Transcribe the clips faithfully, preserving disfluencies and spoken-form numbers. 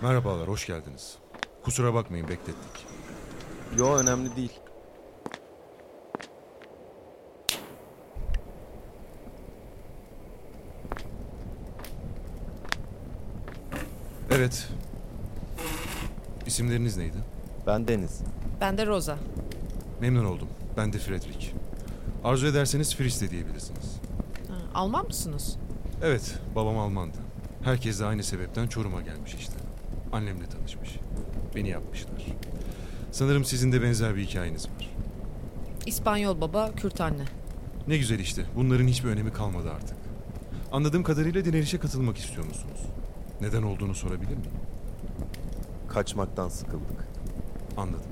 Merhabalar, hoş geldiniz. Kusura bakmayın, beklettik. Yo, önemli değil. Evet. İsimleriniz neydi? Ben Deniz. Ben de Rosa. Memnun oldum. Ben de Frederick. Arzu ederseniz Fritz de diyebilirsiniz. Ha, Alman mısınız? Evet, babam Almandı. Herkes de aynı sebepten Çorum'a gelmiş işte. Annemle tanışmış. Beni yapmışlar. Sanırım sizin de benzer bir hikayeniz var. İspanyol baba, Kürt anne. Ne güzel işte. Bunların hiçbir önemi kalmadı artık. Anladığım kadarıyla direnişe katılmak istiyor musunuz? Neden olduğunu sorabilir miyim? Kaçmaktan sıkıldık. Anladım.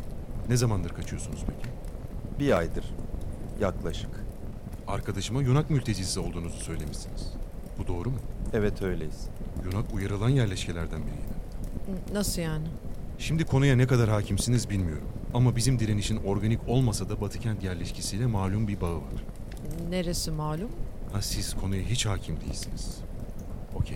Ne zamandır kaçıyorsunuz peki? Bir aydır. Yaklaşık. Arkadaşıma Yunak mültecisi olduğunuzu söylemişsiniz. Bu doğru mu? Evet, öyleyiz. Yunak uyarılan yerleşkelerden biriydi. N- Nasıl yani? Şimdi konuya ne kadar hakimsiniz bilmiyorum. Ama bizim direnişin organik olmasa da Batıkent yerleşkesiyle malum bir bağı var. Neresi malum? Ha, siz konuya hiç hakim değilsiniz. Okey.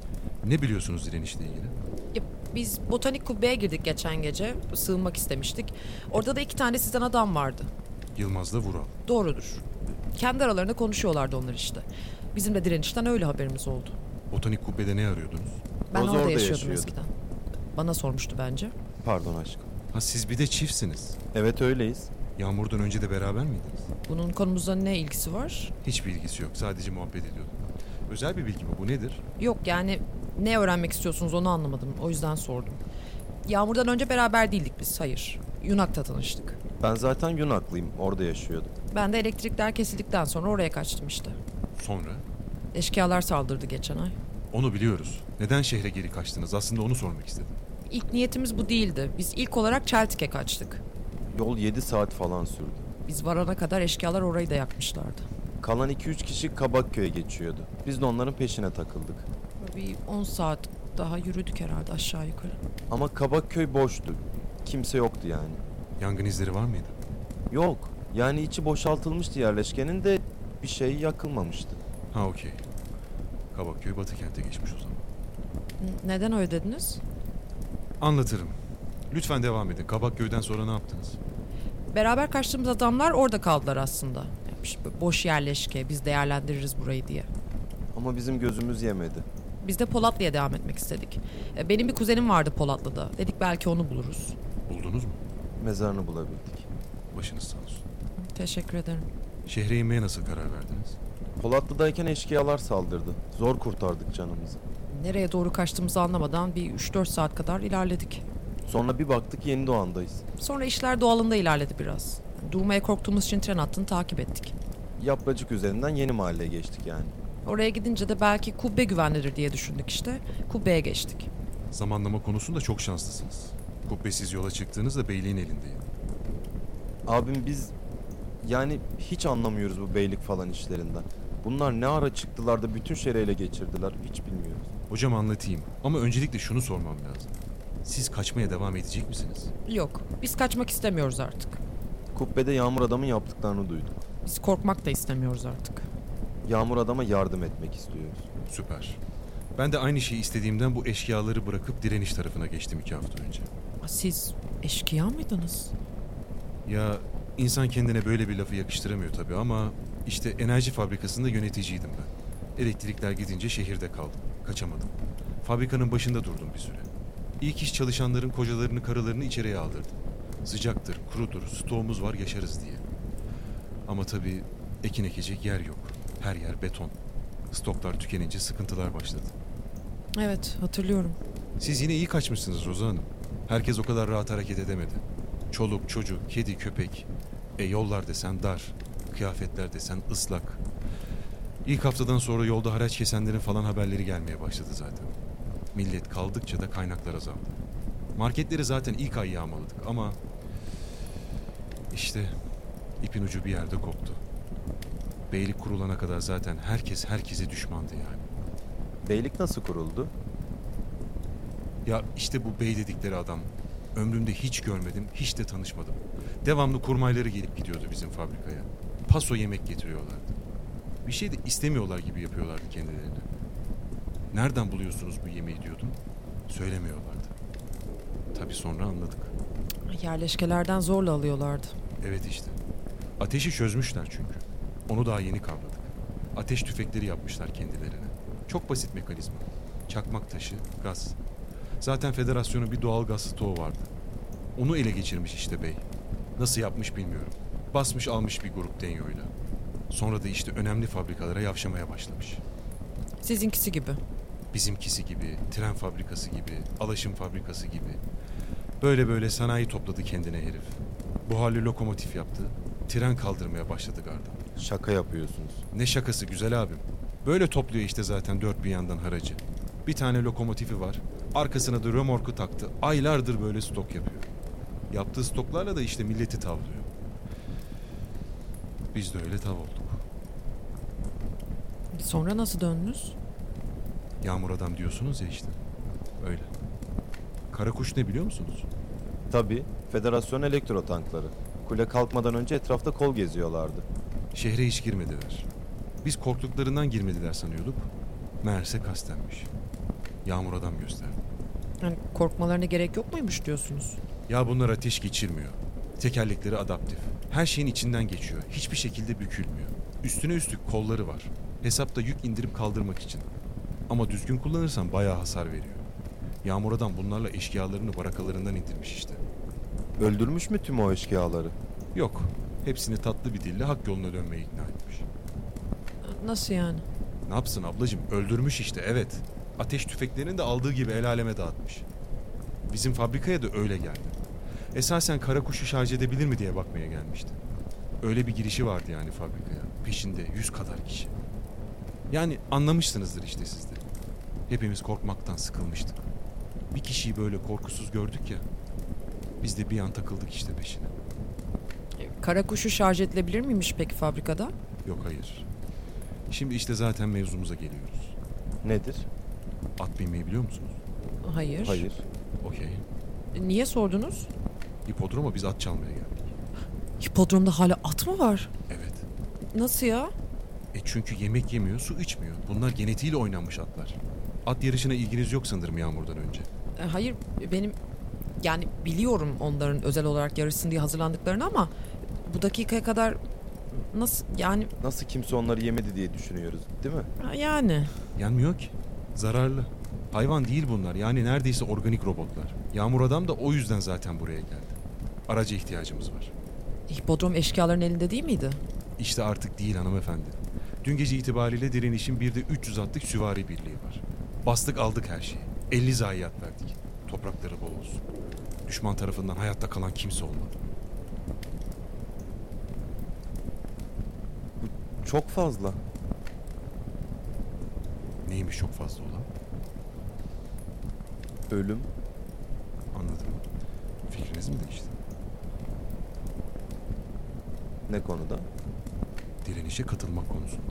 Ne biliyorsunuz direnişle ilgili? Ya, biz botanik kubbeye girdik geçen gece. Sığınmak istemiştik. Orada da iki tane sizden adam vardı. Yılmaz'la Vural. Doğrudur. Kendi aralarında konuşuyorlardı onlar işte. Bizim de direnişten öyle haberimiz oldu. Botanik kubbede ne arıyordunuz? Ben Rosa orada orada yaşıyordum yaşıyordu. eskiden. Bana sormuştu bence. Pardon aşkım. Ha, siz bir de çiftsiniz. Evet, öyleyiz. Yağmurdan önce de beraber miydiniz? Bunun konumuzda ne ilgisi var? Hiçbir ilgisi yok. Sadece muhabbet ediyorduk. Özel bir bilgi mi? Bu nedir? Yok yani ne öğrenmek istiyorsunuz onu anlamadım. O yüzden sordum. Yağmurdan önce beraber değildik biz, hayır. Yunak'ta tanıştık. Ben zaten Yunaklıyım. Orada yaşıyordum. Ben de elektrikler kesildikten sonra oraya kaçtım işte. Sonra? Eşkıyalar saldırdı geçen ay. Onu biliyoruz. Neden şehre geri kaçtınız? Aslında onu sormak istedim. İlk niyetimiz bu değildi. Biz ilk olarak Çeltik'e kaçtık. Yol yedi saat falan sürdü. Biz varana kadar eşkıyalar orayı da yakmışlardı. Kalan iki üç kişi Kabakköy'e geçiyordu. Biz de onların peşine takıldık. Bir on saat daha yürüdük herhalde aşağı yukarı. Ama Kabakköy boştu. Kimse yoktu yani. Yangın izleri var mıydı? Yok. Yani içi boşaltılmıştı yerleşkenin de bir şey yakılmamıştı. Ha, okey. Kabakköy Batıkent'e geçmiş o zaman. N- Neden öyle dediniz? Anlatırım. Lütfen devam edin. Kabakköy'den sonra ne yaptınız? Beraber kaçtığımız adamlar orada kaldılar aslında. İşte boş yerleşke, biz değerlendiririz burayı diye. Ama bizim gözümüz yemedi. Biz de Polatlı'ya devam etmek istedik. E, Benim bir kuzenim vardı Polatlı'da. Dedik belki onu buluruz. Buldunuz mu? Mezarını bulabildik. Başınız sağ olsun. Teşekkür ederim. Şehre inmeye nasıl karar verdiniz? Polatlı'dayken eşkıyalar saldırdı. Zor kurtardık canımızı. Nereye doğru kaçtığımızı anlamadan bir üç dört saat kadar ilerledik. Sonra bir baktık yeni doğandayız. Sonra işler doğalında ilerledi biraz. Durmaya korktuğumuz için tren hattını takip ettik. Yapracık üzerinden yeni mahalleye geçtik yani. Oraya gidince de belki kubbe güvenlidir diye düşündük işte. Kubbeye geçtik. Zamanlama konusunda çok şanslısınız. Kubbesiz yola çıktığınızda beyliğin elindeyim. Abim biz yani hiç anlamıyoruz bu beylik falan işlerinden. Bunlar ne ara çıktılar da bütün şehri ele geçirdiler hiç bilmiyoruz. Hocam anlatayım ama öncelikle şunu sormam lazım. Siz kaçmaya devam edecek misiniz? Yok, biz kaçmak istemiyoruz artık. Kubbede Yağmur Adam'ın yaptıklarını duyduk. Biz korkmak da istemiyoruz artık. Yağmur Adam'a yardım etmek istiyoruz. Süper. Ben de aynı şeyi istediğimden bu eşkıyaları bırakıp direniş tarafına geçtim iki hafta önce. Siz eşkıya mıydınız? Ya insan kendine böyle bir lafı yakıştıramıyor tabii ama işte enerji fabrikasında yöneticiydim ben. Elektrikler gidince şehirde kaldım. Kaçamadım. Fabrikanın başında durdum bir süre. İlk iş çalışanların kocalarını karılarını içeriye aldırdım. Sıcaktır, kurudur, stoğumuz var yaşarız diye. Ama tabii ekin ekecek yer yok. Her yer beton. Stoklar tükenince sıkıntılar başladı. Evet, hatırlıyorum. Siz yine iyi kaçmışsınız Roza Hanım. Herkes o kadar rahat hareket edemedi. Çoluk, çocuk, kedi, köpek. E yollar desen dar. Kıyafetler desen ıslak. İlk haftadan sonra yolda haraç kesenlerin falan haberleri gelmeye başladı zaten. Millet kaldıkça da kaynaklar azaldı. Marketleri zaten ilk ay yağmaladık ama... işte ipin ucu bir yerde koptu. Beylik kurulana kadar zaten herkes herkese düşmandı yani. Beylik nasıl kuruldu? Ya işte bu bey dedikleri adam. Ömrümde hiç görmedim, hiç de tanışmadım. Devamlı kurmayları gelip gidiyordu bizim fabrikaya. Paso yemek getiriyorlardı. Bir şey de istemiyorlar gibi yapıyorlardı kendilerine. Nereden buluyorsunuz bu yemeği diyordum. Söylemiyorlardı. Tabii sonra anladık. Yerleşkelerden zorla alıyorlardı. Evet işte. Ateşi çözmüşler çünkü. Onu daha yeni kavradık. Ateş tüfekleri yapmışlar kendilerine. Çok basit mekanizma. Çakmak taşı, gaz. Zaten federasyonun bir doğal gaz stoğu vardı. Onu ele geçirmiş işte bey. Nasıl yapmış bilmiyorum. Basmış almış bir grup denyoyla. Sonra da işte önemli fabrikalara yavşamaya başlamış. Sizinkisi gibi. Bizimkisi gibi, tren fabrikası gibi, alaşım fabrikası gibi. Böyle böyle sanayi topladı kendine herif. Buharlı lokomotif yaptı. Tren kaldırmaya başladı gardan. Şaka yapıyorsunuz. Ne şakası güzel abim. Böyle topluyor işte zaten dört bir yandan haracı. Bir tane lokomotifi var. Arkasına da römorku taktı. Aylardır böyle stok yapıyor. Yaptığı stoklarla da işte milleti tavlıyor. Biz de öyle tav olduk. Sonra nasıl döndünüz? Yağmur adam diyorsunuz ya işte. Öyle. Karakuş ne biliyor musunuz? Tabii, Federasyon elektro tankları. Kule kalkmadan önce etrafta kol geziyorlardı. Şehre hiç girmediler. Biz korktuklarından girmediler sanıyorduk. Meğerse kastenmiş. Yağmur adam gösterdi. Yani korkmalarına gerek yok muymuş diyorsunuz? Ya bunlar ateş geçirmiyor. Tekerlekleri adaptif. Her şeyin içinden geçiyor. Hiçbir şekilde bükülmüyor. Üstüne üstlük kolları var. Hesapta yük indirip kaldırmak için. Ama düzgün kullanırsan bayağı hasar veriyor. Yağmur adam bunlarla eşkıyalarını barakalarından indirmiş işte. Öldürmüş mü tüm o eşkıyaları? Yok. Hepsini tatlı bir dille hak yoluna dönmeye ikna etmiş. Nasıl yani? Ne yapsın ablacığım? Öldürmüş işte, evet. Ateş tüfeklerini de aldığı gibi el aleme dağıtmış. Bizim fabrikaya da öyle geldi. Esasen kara kuşu şarj edebilir mi diye bakmaya gelmişti. Öyle bir girişi vardı yani fabrikaya. Peşinde yüz kadar kişi. Yani anlamışsınızdır işte siz de. Hepimiz korkmaktan sıkılmıştık. Bir kişiyi böyle korkusuz gördük ya. Biz de bir an takıldık işte peşine. Kara kuşu şarj edilebilir miymiş peki fabrikada? Yok hayır. Şimdi işte zaten mevzumuza geliyoruz. Nedir? At binmeyi biliyor musunuz? Hayır. Hayır. Okey. Niye sordunuz? Hipodroma biz at çalmaya geldik. Hipodromda hala at mı var? Evet. Nasıl ya? E çünkü yemek yemiyor, su içmiyor. Bunlar genetiğiyle oynanmış atlar. At yarışına ilginiz yok sanırım Yağmur'dan önce. E, hayır benim yani biliyorum onların özel olarak yarışsın diye hazırlandıklarını ama bu dakikaya kadar nasıl yani Nasıl kimse onları yemedi diye düşünüyoruz, değil mi? ha, yani Yenmiyor ki. Zararlı. Hayvan değil bunlar. Yani neredeyse organik robotlar. Yağmur adam da o yüzden zaten buraya geldi. Araca ihtiyacımız var. hipodrom eşkıyaların elinde değil miydi? İşte artık değil hanımefendi. Dün gece itibariyle direnişin bir de üç yüz atlık süvari birliği var. Bastık aldık her şeyi. elli zayiat verdik. Toprakları bol olsun. Düşman tarafından hayatta kalan kimse olmadı. Çok fazla. Neymiş çok fazla olan? Ölüm. Anladım. Fikriniz mi değişti? Ne konuda? Direnişe katılmak konusunda.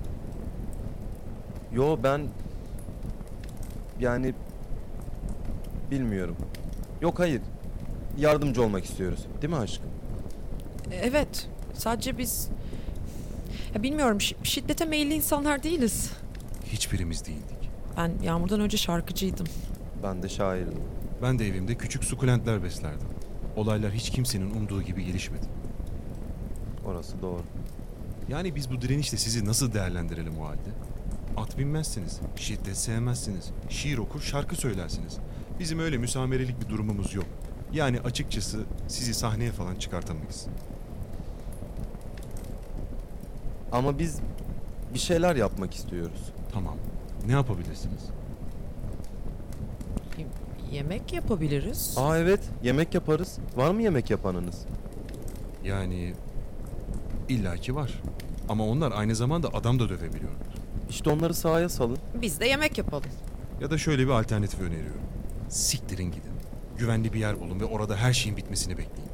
Yo ben... Yani... Bilmiyorum. Yok hayır. Yardımcı olmak istiyoruz. Değil mi aşkım? E, Evet. Sadece biz ya bilmiyorum şi- şiddete meyilli insanlar değiliz. Hiçbirimiz değildik. Ben Yağmur'dan önce şarkıcıydım. Ben de şairdim. Ben de evimde küçük sukulentler beslerdim. Olaylar hiç kimsenin umduğu gibi gelişmedi. Orası doğru. Yani biz bu direnişle sizi nasıl değerlendirelim o halde? At binmezsiniz, şiddet sevmezsiniz, şiir okur, şarkı söylersiniz. Bizim öyle müsamerelik bir durumumuz yok. Yani açıkçası sizi sahneye falan çıkartamayız. Ama biz bir şeyler yapmak istiyoruz. Tamam. Ne yapabilirsiniz? Y- Yemek yapabiliriz. Aa evet, yemek yaparız. Var mı yemek yapanınız? Yani illaki var. Ama onlar aynı zamanda adam da dövebiliyorlar. İşte onları sahaya salın. Biz de yemek yapalım. Ya da şöyle bir alternatif öneriyorum. Siktirin gidin. Güvenli bir yer bulun ve orada her şeyin bitmesini bekleyin.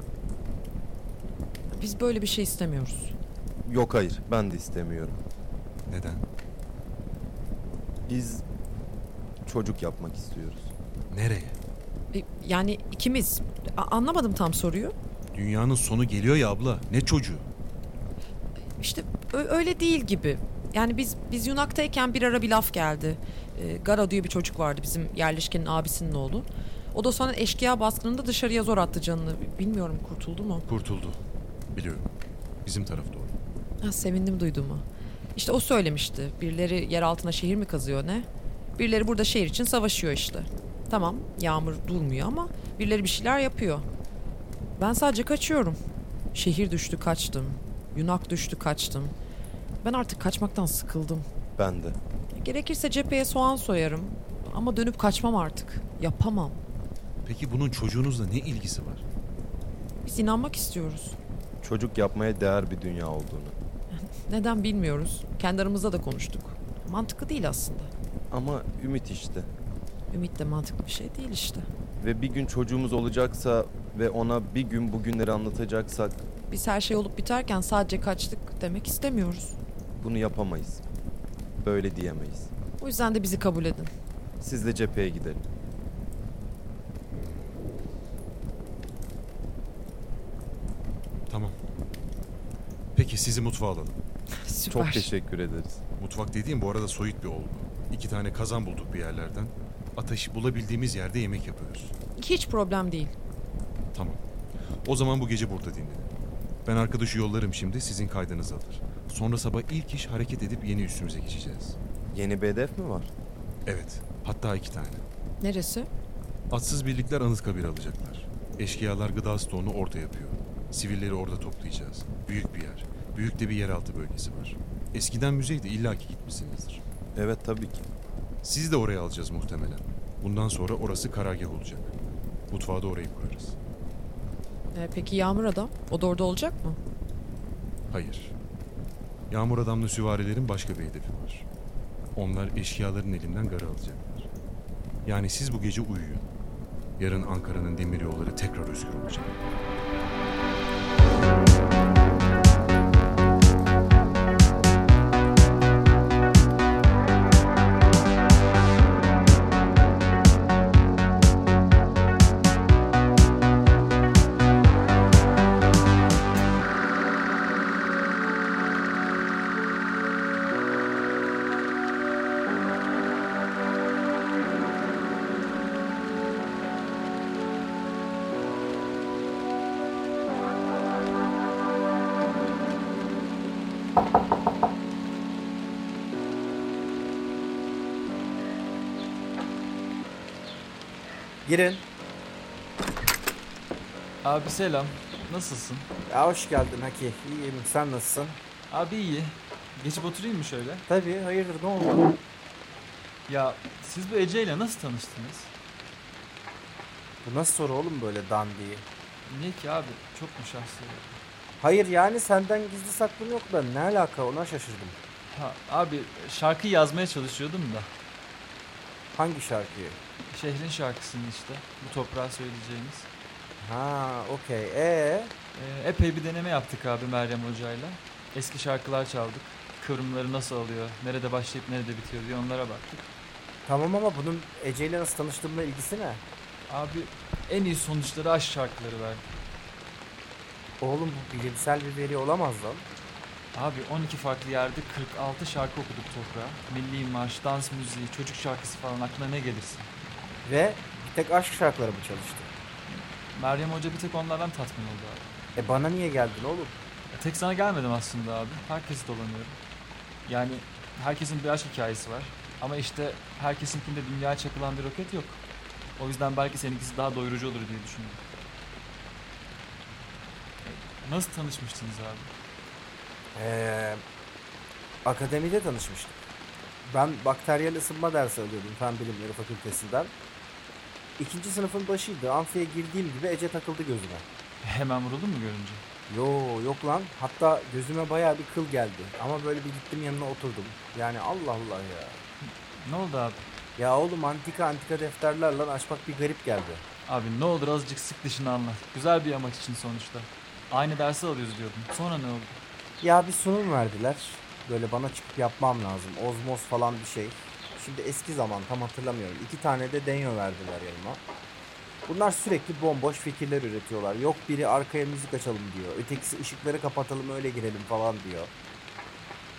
Biz böyle bir şey istemiyoruz. Yok hayır, ben de istemiyorum. Neden? Biz çocuk yapmak istiyoruz. Nereye? E, Yani ikimiz. A- anlamadım tam soruyu. Dünyanın sonu geliyor ya abla. Ne çocuğu? İşte ö- öyle değil gibi. Yani biz biz Yunak'tayken bir ara bir laf geldi. Ee, Garo diye bir çocuk vardı bizim yerleşkenin abisinin oğlu. O da sonra eşkıya baskınında dışarıya zor attı canını. Bilmiyorum kurtuldu mu? Kurtuldu. Biliyorum. Bizim tarafta o. Ha, sevindim duyduğuma. İşte o söylemişti. Birileri yer altına şehir mi kazıyor ne? Birileri burada şehir için savaşıyor işte. Tamam, yağmur durmuyor ama birileri bir şeyler yapıyor. Ben sadece kaçıyorum. Şehir düştü kaçtım. Yunak düştü kaçtım. Ben artık kaçmaktan sıkıldım. Ben de. Gerekirse cepheye soğan soyarım. Ama dönüp kaçmam artık. Yapamam. Peki bunun çocuğunuzla ne ilgisi var? Biz inanmak istiyoruz. Çocuk yapmaya değer bir dünya olduğunu. Neden bilmiyoruz. Kendi aramızda da konuştuk. Mantıklı değil aslında. Ama ümit işte. Ümit de mantıklı bir şey değil işte. Ve bir gün çocuğumuz olacaksa ve ona bir gün bugünleri anlatacaksak Biz her şey olup biterken sadece kaçtık demek istemiyoruz. bunu yapamayız. Böyle diyemeyiz. O yüzden de bizi kabul edin. Siz de cepheye gidelim. Tamam. Peki sizi mutfağa alalım. Süper. Çok teşekkür ederiz. Mutfak dediğim bu arada soyut bir olgu. İki tane kazan bulduk bir yerlerden. Ateşi bulabildiğimiz yerde yemek yapıyoruz. Hiç problem değil. Tamam. O zaman bu gece burada dinlenin. Ben arkadaşı yollarım şimdi, sizin kaydınızı alır. Sonra sabah ilk iş hareket edip yeni üstümüze geçeceğiz. Yeni bir hedef mi var? Evet, hatta iki tane. Neresi? Atsız birlikler Anıtkabir alacaklar. Eşkıyalar gıda stoğunu orada yapıyor. Sivilleri orada toplayacağız. Büyük bir yer. Büyük de bir yeraltı bölgesi var. Eskiden müzeydi, illaki gitmişsinizdir. Evet tabii ki. Sizi de oraya alacağız muhtemelen. Bundan sonra orası karargah olacak. Mutfağı da orayı kurarız. Ee, peki Yağmur Adam? O da orada olacak mı? Hayır. Yağmur adamlı süvarilerin başka bir hedefi var. Onlar eşkıyaların elinden gara alacaklar. Yani siz bu gece uyuyun. Yarın Ankara'nın demiryolları tekrar özgür olacak. Girin. Abi selam. Nasılsın? Ya hoş geldin Haki. İyiyim. Sen nasılsın? Abi iyi. Geçip oturayım mı şöyle? Tabii. Hayırdır ne oldu? Ya siz bu Ece ile nasıl tanıştınız? Bu nasıl soru oğlum böyle dandiği? Niye ki abi? Çok mu şahsi? Hayır yani senden gizli saklım yok da ne alaka ona şaşırdım. Ha abi şarkı yazmaya çalışıyordum da. Hangi şarkıyı? Şehrin şarkısını işte. Bu toprağa söyleyeceğimiz. Ha okey. Ee? Ee, epey bir deneme yaptık abi Meryem Hoca'yla. Eski şarkılar çaldık. Kıvrımları nasıl alıyor, nerede başlayıp nerede bitiyor diye onlara baktık. Tamam ama bunun Ece ile nasıl tanıştığımla ilgisi ne? Abi en iyi sonuçları aşk şarkıları verdi. Oğlum bu bilimsel bir veri olamaz lan. Abi on iki farklı yerde kırk altı şarkı okuduk toprağa. Milli marş, dans müziği, çocuk şarkısı falan aklına ne gelirsin. Ve bir tek aşk şarkıları mı çalıştı? Meryem Hoca bir tek onlardan tatmin oldu abi. E bana niye geldin oğlum? Ya tek sana gelmedim aslında abi. Herkesi dolanıyorum. Yani herkesin bir aşk hikayesi var. Ama işte herkesinkinde dünyaya çakılan bir roket yok. O yüzden belki seninkisi daha doyurucu olur diye düşündüm. Nasıl tanışmıştınız abi? Ee, akademide tanışmıştık. Ben bakteriyel ısınma dersi alıyordum Fen Bilimleri Fakültesinden. İkinci sınıfın başıydı. Amfiye girdiğim gibi Ece takıldı gözüme. Hemen vuruldun mu görünce? Yo yok lan. Hatta gözüme bayağı bir kıl geldi. Ama böyle bir gittim yanına oturdum. Yani Allah Allah ya. Ne oldu abi? Ya oğlum antika antika defterler lan açmak bir garip geldi. Abi ne olur azıcık sık dişini anlat. Güzel bir amaç için sonuçta. Aynı dersi alıyoruz diyordun. Sonra ne oldu? Ya bir sunum verdiler. Böyle bana çıkıp yapmam lazım. Ozmoz falan bir şey. Şimdi eski zaman tam hatırlamıyorum. İki tane de denyo verdiler yanıma. Bunlar sürekli bomboş fikirler üretiyorlar. Yok biri arkaya müzik açalım diyor. Ötekisi ışıkları kapatalım öyle girelim falan diyor.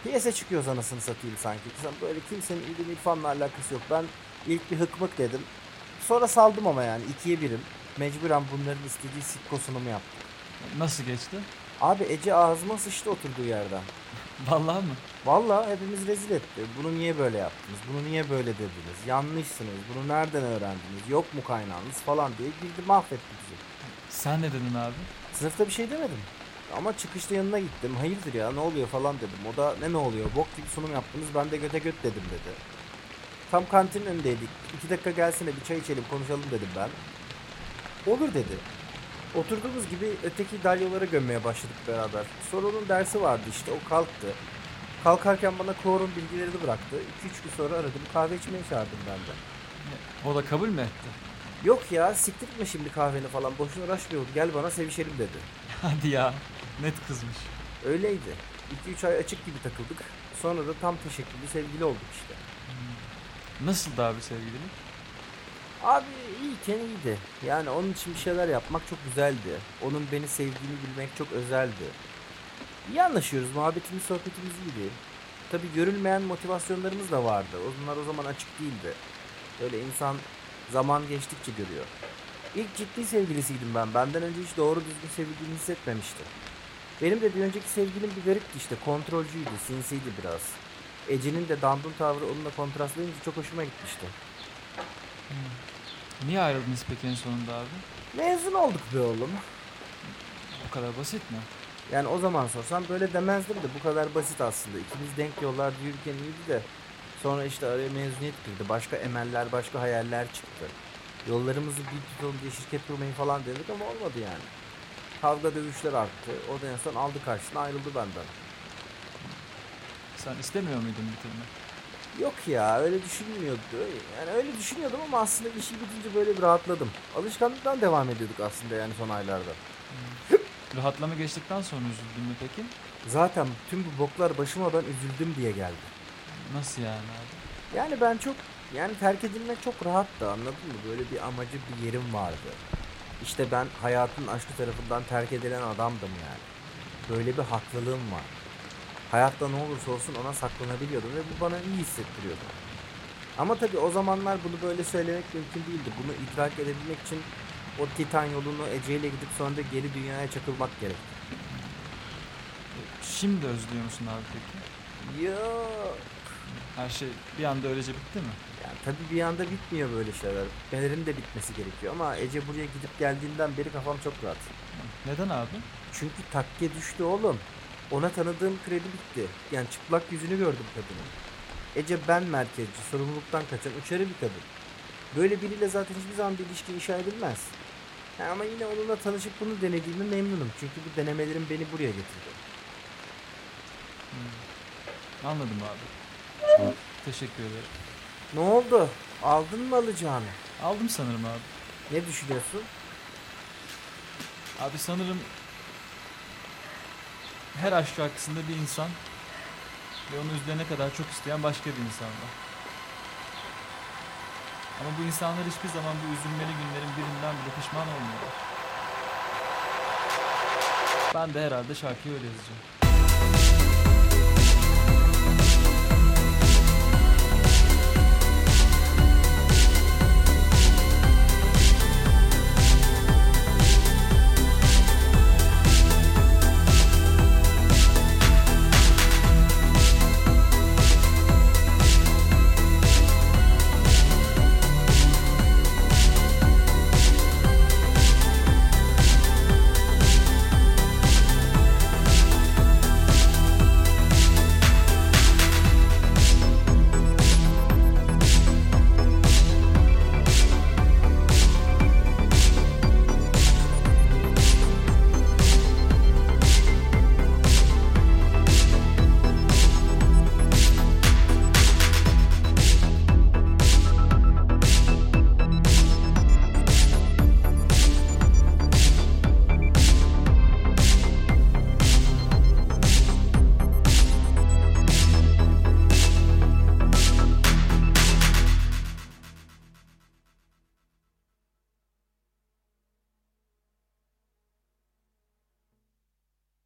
Piyese çıkıyoruz anasını satayım sanki. Böyle kimsenin ilim irfanla alakası yok. Ben ilk bir hıkmık dedim. Sonra saldım ama yani ikiye birim. Mecburen bunların istediği sitko sunumu yaptım. Nasıl geçti? Abi Ece ağzıma sıçtı oturduğu yerden. Vallahi mı? Vallahi hepimiz rezil etti. Bunu niye böyle yaptınız? Bunu niye böyle dediniz? Yanlışsınız. Bunu nereden öğrendiniz? Yok mu kaynağınız falan diye girdi mahvetti bizi. Sen ne dedin abi? Sınıfta bir şey demedim. Ama çıkışta yanına gittim. Hayırdır ya ne oluyor falan dedim. O da ne ne oluyor? Bok gibi sunum yaptınız. Ben de göte göt dedim dedi. Tam kantinin önündeydik. İki dakika gelsene bir çay içelim konuşalım dedim ben. Olur dedi. Oturduğumuz gibi öteki dalyalara gömmeye başladık beraber. Sonra onun dersi vardı işte o kalktı. Kalkarken bana quorum bilgilerini bıraktı. iki üç gün sonra aradım kahve içmeye çağırdım ben de. O da kabul mü etti? Yok ya siktirtme şimdi kahveni falan boşuna uğraşmıyorum gel bana sevişelim dedi. Hadi ya. Net kızmış. Öyleydi. iki üç ay açık gibi takıldık. Sonra da tam teşekküllü sevgili olduk işte. Nasıldı abi sevgililik? Abi iyiyken iyiydi. Yani onun için bir şeyler yapmak çok güzeldi. Onun beni sevdiğini bilmek çok özeldi. İyi anlaşıyoruz. Muhabbetimiz, sohbetimiz iyiydi. Tabii görülmeyen motivasyonlarımız da vardı. Onlar o zaman açık değildi. Böyle insan zaman geçtikçe görüyor. İlk ciddi sevgilisiydim ben. Benden önce hiç doğru düzgün sevildiğini hissetmemişti. Benim de bir önceki sevgilim bir garipti işte. Kontrolcüydü, sinsiydi biraz. Ece'nin de dandun tavrı onunla kontrastlayınca çok hoşuma gitmişti. Niye ayrıldınız peki en sonunda abi? Mezun olduk be oğlum. Bu kadar basit mi? Yani o zaman sorsam böyle demezdim de bu kadar basit aslında. İkimiz denk yollarda yürürken iyiydi de sonra işte araya mezuniyet girdi. Başka emeller, başka hayaller çıktı. Yollarımızı bir tutalım diye şirket kurmayı falan dedik ama olmadı yani. Kavga dövüşler arttı. O da en son aldı karşısına ayrıldı benden. Sen istemiyor muydun bitirmek? Yok ya öyle düşünmüyordu. Yani öyle düşünüyordum ama aslında işi bitince böyle bir rahatladım. Alışkanlıktan devam ediyorduk aslında yani son aylarda. Rahatlama geçtikten sonra üzüldün mü peki? Zaten tüm bu boklar başıma ben üzüldüm diye geldi. Nasıl yani abi? Yani ben çok yani terk edilmek çok rahattı anladın mı? Böyle bir amacı bir yerim vardı. İşte ben hayatın aşkı tarafından terk edilen adamdım yani. Böyle bir haklılığım var. Hayatta ne olursa olsun ona saklanabiliyordum ve bu bana iyi hissettiriyordu. Ama tabii o zamanlar bunu böyle söylemek mümkün değildi. Bunu idrak edebilmek için o Titan yolunu Ece ile gidip sonra da geri dünyaya çakılmak gerekti. Şimdi özlüyor musun abi peki? Yok. Her şey bir anda öylece bitti mi? Yani tabii bir anda bitmiyor böyle şeyler. Bitmelerin de bitmesi gerekiyor ama Ece buraya gidip geldiğinden beri kafam çok rahat. Neden abi? Çünkü takke düştü oğlum. Ona tanıdığım kredi bitti. Yani çıplak yüzünü gördüm kadının. Ece ben merkezci, sorumluluktan kaçan uçarı bir kadın. Böyle biriyle zaten hiçbir zaman bir ilişki inşa edilmez. Ha, ama yine onunla tanışıp bunu denediğime memnunum. Çünkü bu denemelerim beni buraya getirdi. Hmm. Anladım abi. Teşekkür ederim. Ne oldu? Aldın mı alacağını? Aldım sanırım abi. Ne düşünüyorsun? Abi sanırım her aşk şarkısında bir insan ve onu üzülene kadar çok isteyen başka bir insan var. Ama bu insanlar hiçbir zaman bu üzülmeli günlerin birinden bile pişman olmuyorlar. Ben de herhalde şarkıyı öyle yazacağım.